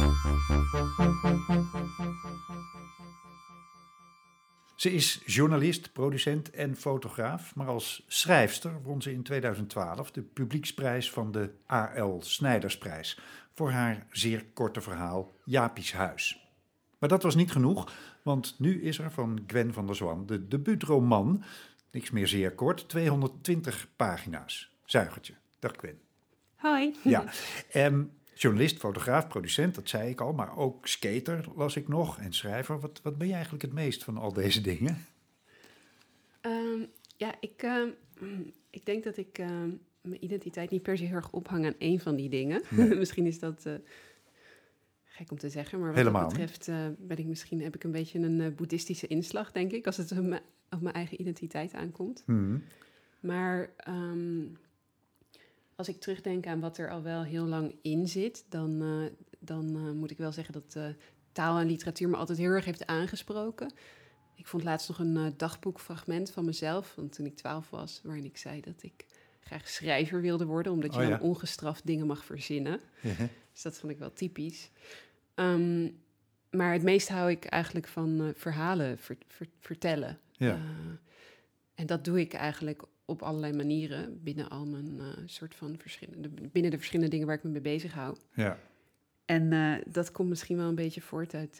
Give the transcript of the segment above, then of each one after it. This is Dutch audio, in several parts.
Ze is journalist, producent en fotograaf, maar als schrijfster won ze in 2012 de publieksprijs van de A.L. Snijdersprijs voor haar zeer korte verhaal Jaapie's Huis. Maar dat was niet genoeg, want nu is er van Gwen van der Zwan de debuutroman, niks meer zeer kort, 220 pagina's. Zuigertje. Dag Gwen. Hoi. Ja, journalist, fotograaf, producent, dat zei ik al, maar ook skater las ik nog en schrijver. Wat ben je eigenlijk het meest van al deze dingen? Ik denk dat ik mijn identiteit niet per se heel erg ophang aan één van die dingen. Nee. Misschien is dat gek om te zeggen, maar wat Helemaal dat betreft heb ik een beetje een boeddhistische inslag, denk ik, als het op mijn eigen identiteit aankomt. Maar als ik terugdenk aan wat er al wel heel lang in zit, dan moet ik wel zeggen dat taal en literatuur me altijd heel erg heeft aangesproken. Ik vond laatst nog een dagboekfragment van mezelf, van toen ik 12 was, waarin ik zei dat ik graag schrijver wilde worden, omdat je dan ongestraft dingen mag verzinnen. Ja. Dus dat vond ik wel typisch. Maar het meest hou ik eigenlijk van verhalen vertellen. Ja. En dat doe ik eigenlijk op allerlei manieren binnen al mijn binnen de verschillende dingen waar ik me mee bezig hou. Ja. En dat komt misschien wel een beetje voort uit.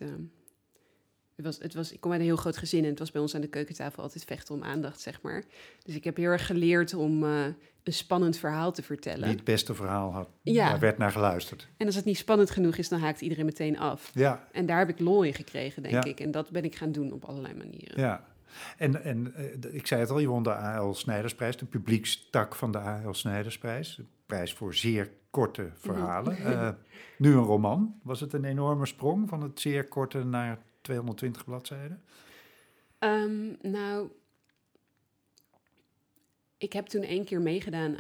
Ik kom uit een heel groot gezin en het was bij ons aan de keukentafel altijd vechten om aandacht, zeg maar. Dus ik heb heel erg geleerd om een spannend verhaal te vertellen. Die het beste verhaal had, Ja. daar werd naar geluisterd. En als het niet spannend genoeg is, dan haakt iedereen meteen af. Ja. En daar heb ik lol in gekregen, denk Ja. ik. En dat ben ik gaan doen op allerlei manieren. Ja. En ik zei het al, je won de A.L. Snijdersprijs, de publiekstak van de A.L. Snijdersprijs. De prijs voor zeer korte verhalen. Nu een roman. Was het een enorme sprong van het zeer korte naar 220 bladzijden? Nou, ik heb toen 1 keer meegedaan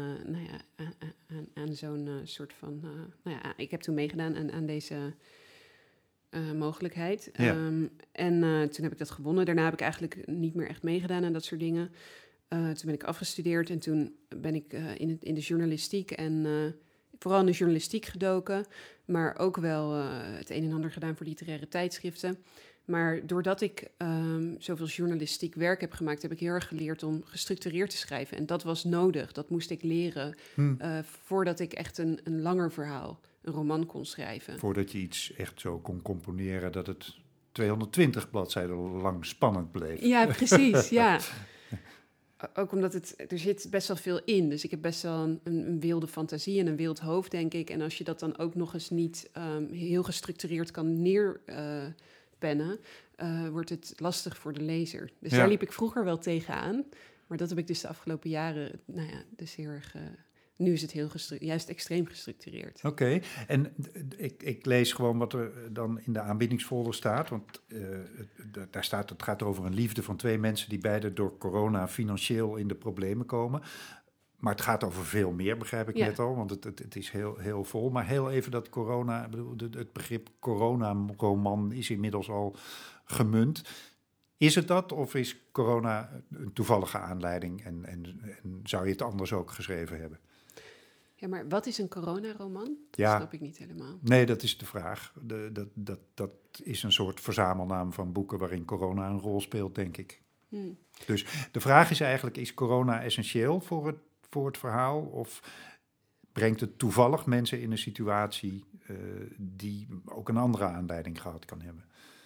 aan zo'n soort van... ik heb toen meegedaan aan deze mogelijkheid. Ja. Toen heb ik dat gewonnen. Daarna heb ik eigenlijk niet meer echt meegedaan aan dat soort dingen. Toen ben ik afgestudeerd en toen ben ik in de journalistiek en vooral in de journalistiek gedoken, maar ook wel het een en ander gedaan voor literaire tijdschriften. Maar doordat ik zoveel journalistiek werk heb gemaakt, heb ik heel erg geleerd om gestructureerd te schrijven. En dat was nodig, dat moest ik leren voordat ik echt een langer verhaal, een roman kon schrijven. Voordat je iets echt zo kon componeren dat het 220 bladzijden lang spannend bleef. Ja, precies, ja. Ook omdat er zit best wel veel in. Dus ik heb best wel een wilde fantasie en een wild hoofd, denk ik. En als je dat dan ook nog eens niet heel gestructureerd kan neerpennen, wordt het lastig voor de lezer. Dus daar liep ik vroeger wel tegenaan. Maar dat heb ik dus de afgelopen jaren, dus heel erg... Nu is het juist extreem gestructureerd. Oké, en ik lees gewoon wat er dan in de aanbiedingsfolder staat. Want daar staat, het gaat over een liefde van 2 mensen die beide door corona financieel in de problemen komen. Maar het gaat over veel meer, begrijp ik net al, want het is heel, heel vol. Maar heel even dat corona, het begrip corona-roman is inmiddels al gemunt. Is het dat of is corona een toevallige aanleiding en zou je het anders ook geschreven hebben? Ja, maar wat is een coronaroman? Dat snap ik niet helemaal. Nee, dat is de vraag. Dat is een soort verzamelnaam van boeken waarin corona een rol speelt, denk ik. Dus de vraag is eigenlijk, is corona essentieel voor het verhaal? Of brengt het toevallig mensen in een situatie die ook een andere aanleiding gehad kan hebben?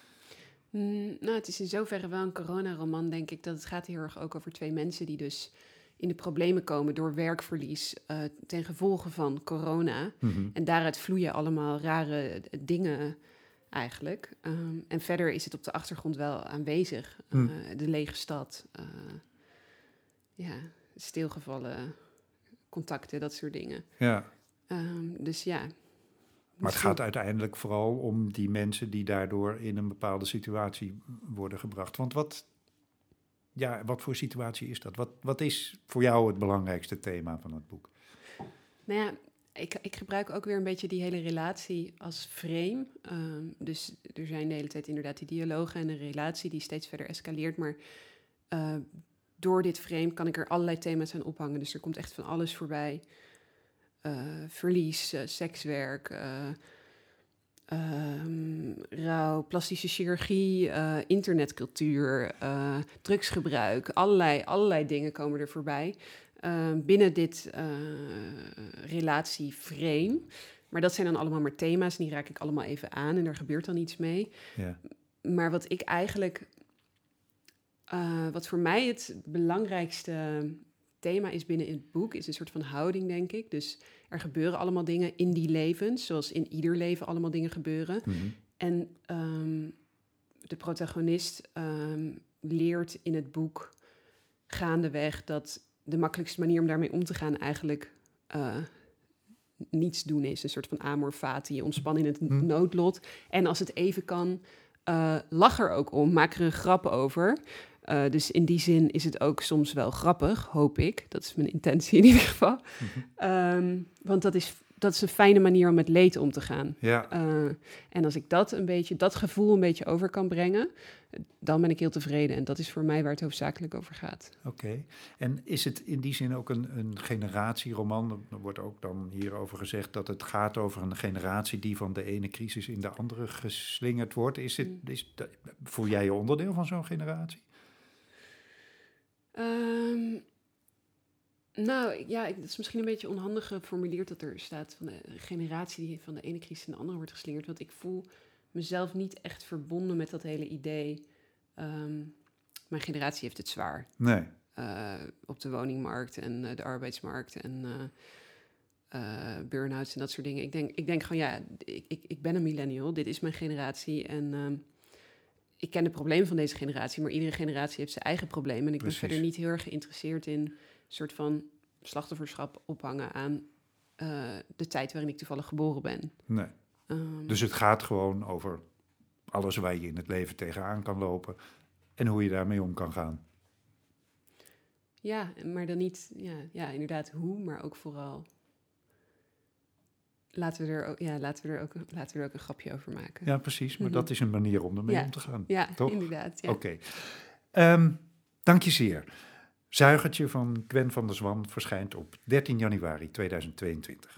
Het is in zoverre wel een coronaroman, denk ik, dat het gaat heel erg ook over 2 mensen die dus in de problemen komen door werkverlies ten gevolge van corona. En daaruit vloeien allemaal rare dingen eigenlijk. En verder is het op de achtergrond wel aanwezig. De lege stad, stilgevallen contacten, dat soort dingen. Ja. Dus ja. Maar het gaat uiteindelijk vooral om die mensen die daardoor in een bepaalde situatie worden gebracht. Want wat voor situatie is dat? Wat is voor jou het belangrijkste thema van het boek? Nou ja, ik gebruik ook weer een beetje die hele relatie als frame. Dus er zijn de hele tijd inderdaad die dialogen en een relatie die steeds verder escaleert. Maar door dit frame kan ik er allerlei thema's aan ophangen. Dus er komt echt van alles voorbij. Verlies, sekswerk, rouw, plastische chirurgie, internetcultuur, drugsgebruik. Allerlei dingen komen er voorbij binnen dit relatieframe. Maar dat zijn dan allemaal maar thema's en die raak ik allemaal even aan en er gebeurt dan iets mee. Ja. Maar wat ik eigenlijk, wat voor mij het belangrijkste thema is binnen het boek, is een soort van houding, denk ik. Dus er gebeuren allemaal dingen in die levens, zoals in ieder leven allemaal dingen gebeuren. Mm-hmm. En de protagonist leert in het boek gaandeweg dat de makkelijkste manier om daarmee om te gaan eigenlijk niets doen is. Een soort van amor fati, ontspan in het noodlot. En als het even kan, lach er ook om, maak er een grap over. Dus in die zin is het ook soms wel grappig, hoop ik. Dat is mijn intentie in ieder geval. Mm-hmm. Want dat is een fijne manier om met leed om te gaan. Ja. En als ik dat gevoel een beetje over kan brengen, dan ben ik heel tevreden. En dat is voor mij waar het hoofdzakelijk over gaat. Oké. En is het in die zin ook een generatieroman? Er wordt ook dan hierover gezegd dat het gaat over een generatie die van de ene crisis in de andere geslingerd wordt. Voel jij je onderdeel van zo'n generatie? Nou ja, het is misschien een beetje onhandig geformuleerd dat er staat van de generatie die van de ene crisis in de andere wordt geslingerd. Want ik voel mezelf niet echt verbonden met dat hele idee. Mijn generatie heeft het zwaar. Nee. Op de woningmarkt en de arbeidsmarkt en burn-outs en dat soort dingen. Ik denk gewoon, ja, ik ben een millennial. Dit is mijn generatie en ik ken de problemen van deze generatie, maar iedere generatie heeft zijn eigen problemen. En ik ben verder niet heel erg geïnteresseerd in een soort van slachtofferschap ophangen aan de tijd waarin ik toevallig geboren ben. Nee. Dus het gaat gewoon over alles waar je in het leven tegenaan kan lopen en hoe je daarmee om kan gaan. Ja, maar dan niet, ja, inderdaad hoe, maar ook vooral laten we er ook een grapje over maken. Ja, precies, maar dat is een manier om ermee om te gaan. Ja, toch? Inderdaad. Ja. Oké. Dank je zeer. Zuigertje van Gwen van der Zwan verschijnt op 13 januari 2022.